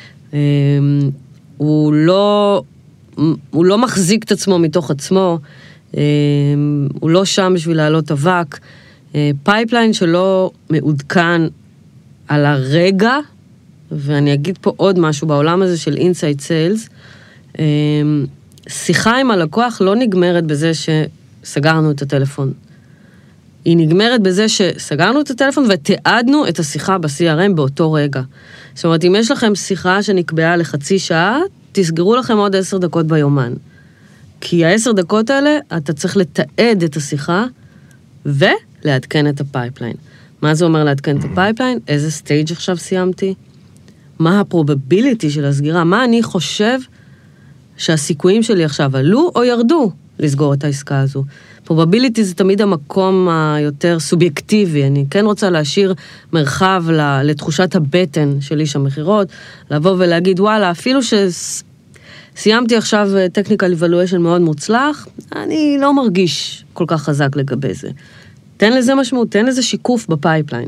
הוא לא, הוא לא מחזיק את עצמו מתוך עצמו, הוא לא שם בשביל לעלות אבק. פייפליין שלא מעודכן על הרגע, ואני אגיד פה עוד משהו בעולם הזה של Inside Sales, שיחה עם הלקוח לא נגמרת בזה שסגרנו את הטלפון. היא נגמרת בזה שסגרנו את הטלפון ותיעדנו את השיחה ב-סי אר אם באותו רגע. זאת אומרת, אם יש לכם שיחה שנקבעה לחצי שעה, תסגרו לכם עוד עשר דקות ביומן. כי העשר דקות האלה, אתה צריך לתעד את השיחה ולעדכן את הפייפליין. מה זה אומר לעדכן את הפייפליין? איזה סטייג' עכשיו סיימתי? מה הפרובביליטי של הסגירה? מה אני חושב שהסיכויים שלי עכשיו עלו או ירדו לסגור את העסקה הזו? פרובביליטי זה תמיד המקום היותר סובייקטיבי, אני כן רוצה להשאיר מרחב לתחושת הבטן של איש המחירות, לבוא ולהגיד, וואלה, אפילו שסיימתי עכשיו technical evaluation מאוד מוצלח, אני לא מרגיש כל כך חזק לגבי זה. תן לזה משמעות, תן לזה שיקוף בפייפליין.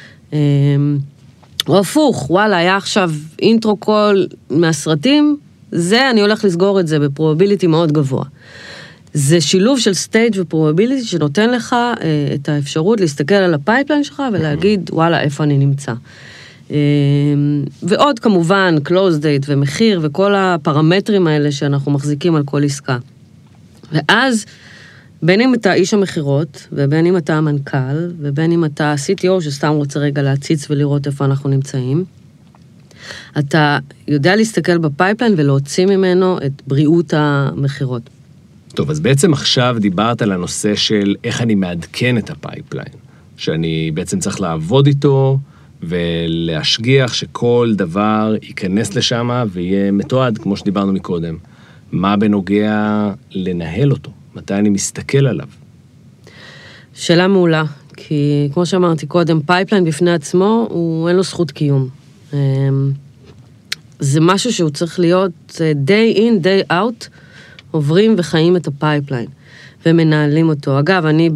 או הפוך, וואלה, היה עכשיו אינטרו קול מהסרטים, זה אני הולך לסגור את זה בפרובביליטי מאוד גבוה. זה שילוב של סטייג' ופרובביליטי שנותן לך אה, את האפשרות להסתכל על הפייפליין שלך ולהגיד, וואלה, איפה אני נמצא. אה, ועוד כמובן, close date ומחיר וכל הפרמטרים האלה שאנחנו מחזיקים על כל עסקה. ואז, בין אם אתה איש המחירות, ובין אם אתה המנכ"ל, ובין אם אתה סי טי או שסתם רוצה רגע להציץ ולראות איפה אנחנו נמצאים, אתה יודע להסתכל בפייפליין ולהוציא ממנו את בריאות המחירות. טוב, אז בעצם עכשיו דיברת על הנושא של איך אני מעדכן את הפייפליין, שאני בעצם צריך לעבוד איתו ולהשגיח שכל דבר ייכנס לשם ויהיה מתועד, כמו שדיברנו מקודם. מה בנוגע לנהל אותו? מתי אני מסתכל עליו? שאלה מעולה, כי כמו שאמרתי קודם, פייפליין בפני עצמו, הוא אין לו זכות קיום. זה משהו שהוא צריך להיות day in, day out, עוברים וחיים את הפייפליין, ומנהלים אותו. אגב, אני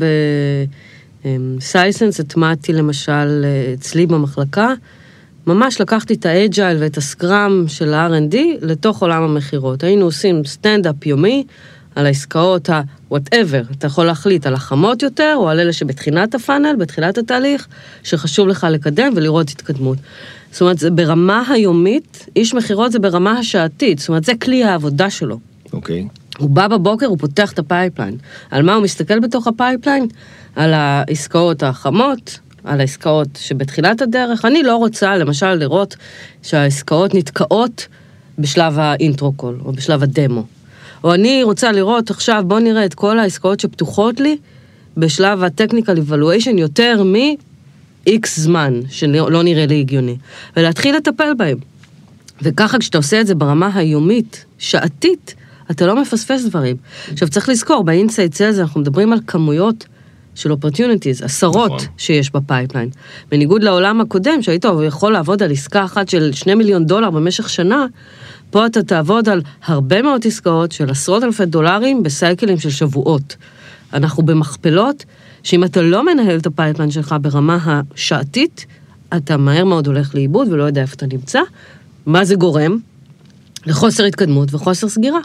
בסייסנס הטמעתי למשל אצלי במחלקה, ממש לקחתי את האג'ייל ואת הסקראם של ה-אר אנד די לתוך עולם המחירות. היינו עושים סטנד-אפ יומי על העסקאות ה-whatever. אתה יכול להחליט על החמות יותר, או על אלה שבתחילת הפאנל, בתחילת התהליך, שחשוב לך לקדם ולראות התקדמות. זאת אומרת, זה ברמה היומית, איש מחירות זה ברמה השעתית, זאת אומרת, זה כלי העבודה שלו. אוקיי. הוא בא בבוקר, הוא פותח את הפייפליין. על מה הוא מסתכל בתוך הפייפליין? על העסקאות החמות, על העסקאות שבתחילת הדרך. אני לא רוצה, למשל, לראות שהעסקאות נתקעות בשלב האינטרו-קול, או בשלב הדמו. או אני רוצה לראות עכשיו, בוא נראה את כל העסקאות שפתוחות לי, בשלב ה-technical evaluation יותר מ-X זמן, שלא נראה לי הגיוני. ולהתחיל לטפל בהם. וככה כשאתה עושה את זה ברמה היומית, שעתית, אתה לא מפספס דברים. עכשיו צריך לזכור, באינסייט סיילס אנחנו מדברים על כמויות של opportunities, עשרות נכון. שיש בפייפליין. בניגוד לעולם הקודם, שהיית יכול לעבוד על עסקה אחת של שני מיליון דולר במשך שנה, פה אתה תעבוד על הרבה מאוד עסקאות של עשרות אלפי דולרים בסייקלים של שבועות. אנחנו במכפלות, שאם אתה לא מנהל את הפייפליין שלך ברמה השעתית, אתה מהר מאוד הולך לאיבוד ולא יודע איפה אתה נמצא. מה זה גורם? לחוסר התקדמות וחוסר סגירה.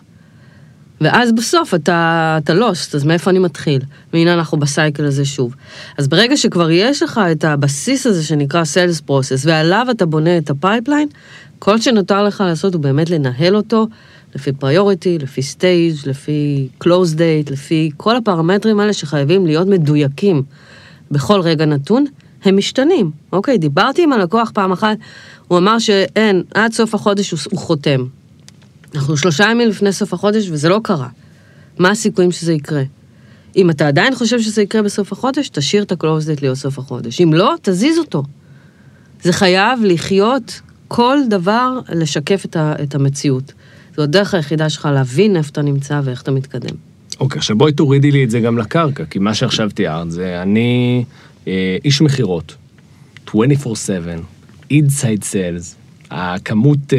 ואז בסוף אתה, אתה לוסט, אז מאיפה אני מתחיל? והנה אנחנו בסייקל הזה שוב. אז ברגע שכבר יש לך את הבסיס הזה שנקרא Sales Process, ועליו אתה בונה את הפייפליין, כל שנותר לך לעשות הוא באמת לנהל אותו, לפי פריוריטי, לפי סטייג', לפי close date, לפי כל הפרמטרים האלה שחייבים להיות מדויקים בכל רגע נתון, הם משתנים. אוקיי, דיברתי עם הלקוח פעם אחת, הוא אמר שאין, עד סוף החודש הוא, הוא חותם. אנחנו שלושה ימים לפני סוף החודש, וזה לא קרה. מה הסיכויים שזה יקרה? אם אתה עדיין חושב שזה יקרה בסוף החודש, תשאיר את ה-close date להיות סוף החודש. אם לא, תזיז אותו. זה חייב לחיות כל דבר לשקף את, ה- את המציאות. זו הדרך היחידה שלך להבין איפה אתה נמצא ואיך אתה מתקדם. אוקיי, עכשיו בואי תורידי לי את זה גם לקרקע, כי מה שעכשיו תיארת זה אני אה, איש מחירות, עשרים וארבע שבע, inside sales, הכמות אה,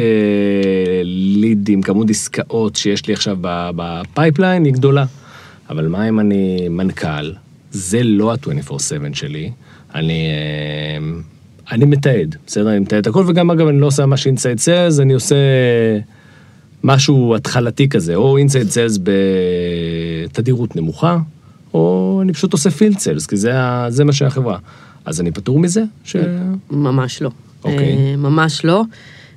לידים, כמות עסקאות שיש לי עכשיו בפייפליין היא גדולה. אבל מה אם אני מנכ"ל? זה לא ה-עשרים וארבע שבע שלי. אני, אה, אני מתעד, בסדר? אני מתעד את הכל, וגם אגב אני לא עושה ממש inside sales, אני עושה משהו התחלתי כזה, או inside sales בתדירות נמוכה, או אני פשוט עושה field sales, כי זה, זה מה שהחברה. אז אני פטור מזה? ש... ממש לא. אוקיי. ממש לא.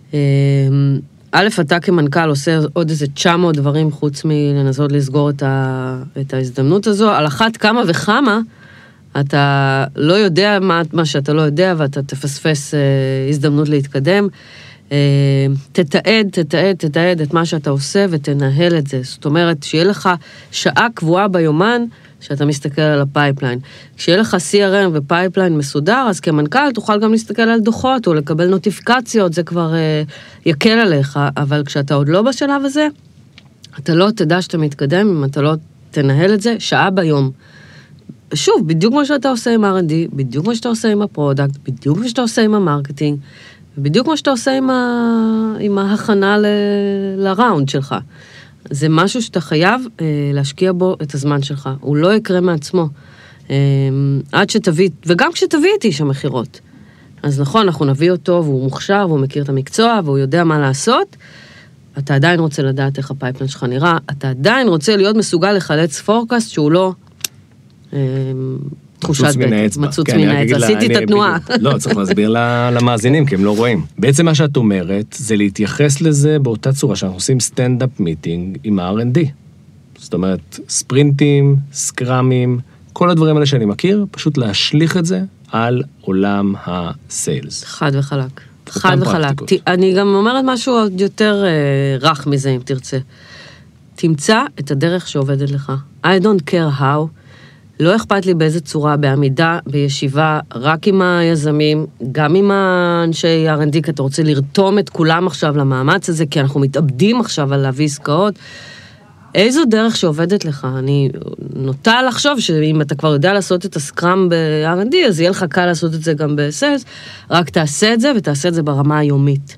א', אתה כמנכ"ל עושה עוד איזה תשע מאות דברים חוץ מלנסות לסגור את, ה... את ההזדמנות הזו. על אחת כמה וכמה, אתה לא יודע מה, מה שאתה לא יודע, ואתה תפספס אה, הזדמנות להתקדם. אה, תתעד, תתעד, תתעד את מה שאתה עושה ותנהל את זה. זאת אומרת, שיהיה לך שעה קבועה ביומן, שאתה מסתכל על הפייפליין. כשיהיה לך סי אר אם ופייפליין מסודר, אז כמנכ"ל תוכל גם להסתכל על דוחות, או לקבל נוטיפיקציות, זה כבר אה, יקל עליך, אבל כשאתה עוד לא בשלב הזה, אתה לא תדע שאתה מתקדם, אם אתה לא תנהל את זה, שעה ביום. שוב, בדיוק כמו שאתה עושה עם אר אנד די, בדיוק כמו שאתה עושה עם הפרודקט, בדיוק כמו שאתה עושה עם המרקטינג, ובדיוק כמו שאתה עושה עם, ה... עם ההכנה ל... לראונד שלך. זה משהו שאתה חייב אה, להשקיע בו את הזמן שלך. הוא לא יקרה מעצמו. אה, עד שתביא, וגם כשתביא את איש המחירות. אז נכון, אנחנו נביא אותו, והוא מוכשר, והוא מכיר את המקצוע, והוא יודע מה לעשות. אתה עדיין רוצה לדעת איך הפייפליין שלך נראה, אתה עדיין רוצה להיות מסוגל לחלץ פורקאסט שהוא לא... תחושת בטן, מצוץ מן האצבע. עשיתי את התנועה. לא, צריך להסביר למאזינים, כי הם לא רואים. בעצם מה שאת אומרת, זה להתייחס לזה באותה צורה שאנחנו עושים סטנד-אפ מיטינג עם ה-אר אנד די. זאת אומרת, ספרינטים, סקרמים, כל הדברים האלה שאני מכיר, פשוט להשליך את זה על עולם הסיילס. חד וחלק. חד וחלק. אני גם אומרת משהו עוד יותר רך מזה, אם תרצה. תמצא את הדרך שעובדת לך. I don't care how. לא אכפת לי באיזה צורה, בעמידה, בישיבה, רק עם היזמים, גם עם האנשי אר אנד די, כי אתה רוצה לרתום את כולם עכשיו למאמץ הזה, כי אנחנו מתאבדים עכשיו על להביא עסקאות. איזו דרך שעובדת לך? אני נוטה לחשוב שאם אתה כבר יודע לעשות את הסקראם ב-אר אנד די, אז יהיה לך קל לעשות את זה גם בסיילס, רק תעשה את זה, ותעשה את זה ברמה היומית.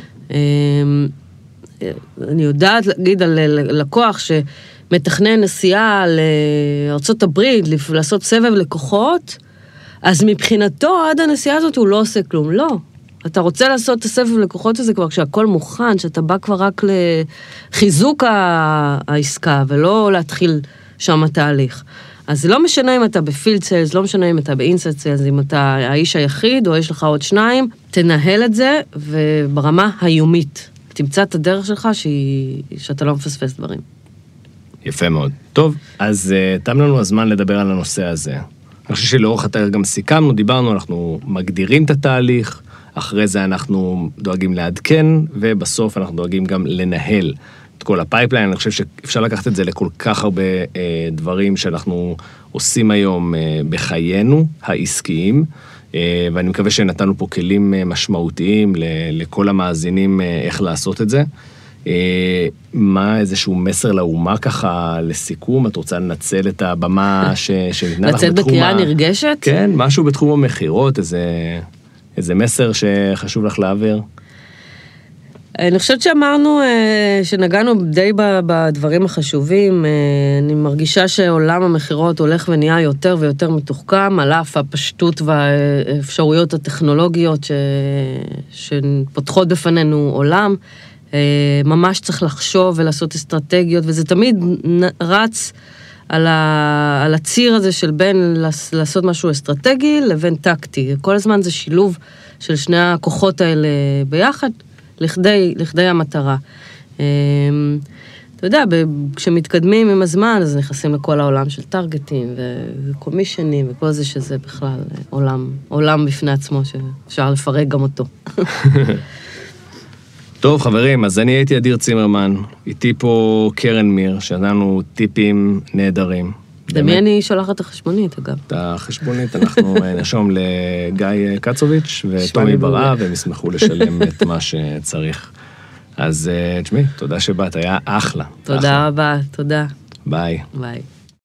אני יודעת להגיד על לקוח שמתכנן נסיעה לארצות הברית, לעשות סבב לקוחות, אז מבחינתו עד הנסיעה הזאת הוא לא עושה כלום. לא. אתה רוצה לעשות את הסבב לקוחות הזה כבר כשהכל מוכן, שאתה בא כבר רק לחיזוק העסקה, ולא להתחיל שם התהליך. אז זה לא משנה אם אתה בפילד סיילס, לא משנה אם אתה באינסייד סיילס, אם אתה האיש היחיד או יש לך עוד שניים, תנהל את זה וברמה היומית. תמצא את הדרך שלך שהיא, שאתה לא מפספס דברים. יפה מאוד. טוב, אז uh, תם לנו הזמן לדבר על הנושא הזה. אני חושב שלאורך התהליך גם סיכמנו, דיברנו, אנחנו מגדירים את התהליך, אחרי זה אנחנו דואגים לעדכן, ובסוף אנחנו דואגים גם לנהל את כל הפייפליין. אני חושב שאפשר לקחת את זה לכל כך הרבה אה, דברים שאנחנו עושים היום אה, בחיינו העסקיים, אה, ואני מקווה שנתנו פה כלים אה, משמעותיים ל- לכל המאזינים אה, איך לעשות את זה. אה, מה איזשהו מסר לאומה ככה לסיכום? את רוצה לנצל את הבמה ש- שניתנה לך בתחום ה... לצאת בקריאה נרגשת? כן, משהו בתחום המחירות, איזה... איזה מסר שחשוב לך להעביר? אני חושבת שאמרנו, שנגענו די בדברים החשובים, אני מרגישה שעולם המחירות הולך ונהיה יותר ויותר מתוחכם, על אף הפשטות והאפשרויות הטכנולוגיות ש... שפותחות בפנינו עולם, ממש צריך לחשוב ולעשות אסטרטגיות, וזה תמיד רץ על, ה... על הציר הזה של בין לעשות משהו אסטרטגי לבין טקטי. כל הזמן זה שילוב של שני הכוחות האלה ביחד, לכדי, לכדי המטרה. אתה יודע, כשמתקדמים עם הזמן, אז נכנסים לכל העולם של טרגטים וקומישנים וכל זה שזה בכלל עולם, עולם בפני עצמו שאפשר לפרק גם אותו. טוב, חברים, אז אני הייתי אדיר צימרמן, איתי פה קרן מיר, שנתנו טיפים נהדרים. למי אני שולחת את החשבונית, אגב? את החשבונית אנחנו נרשום לגיא קצוביץ' וטומי ברעה, והם ישמחו לשלם את מה שצריך. אז תשמעי, תודה שבאת, היה אחלה. תודה רבה, תודה. ביי. ביי.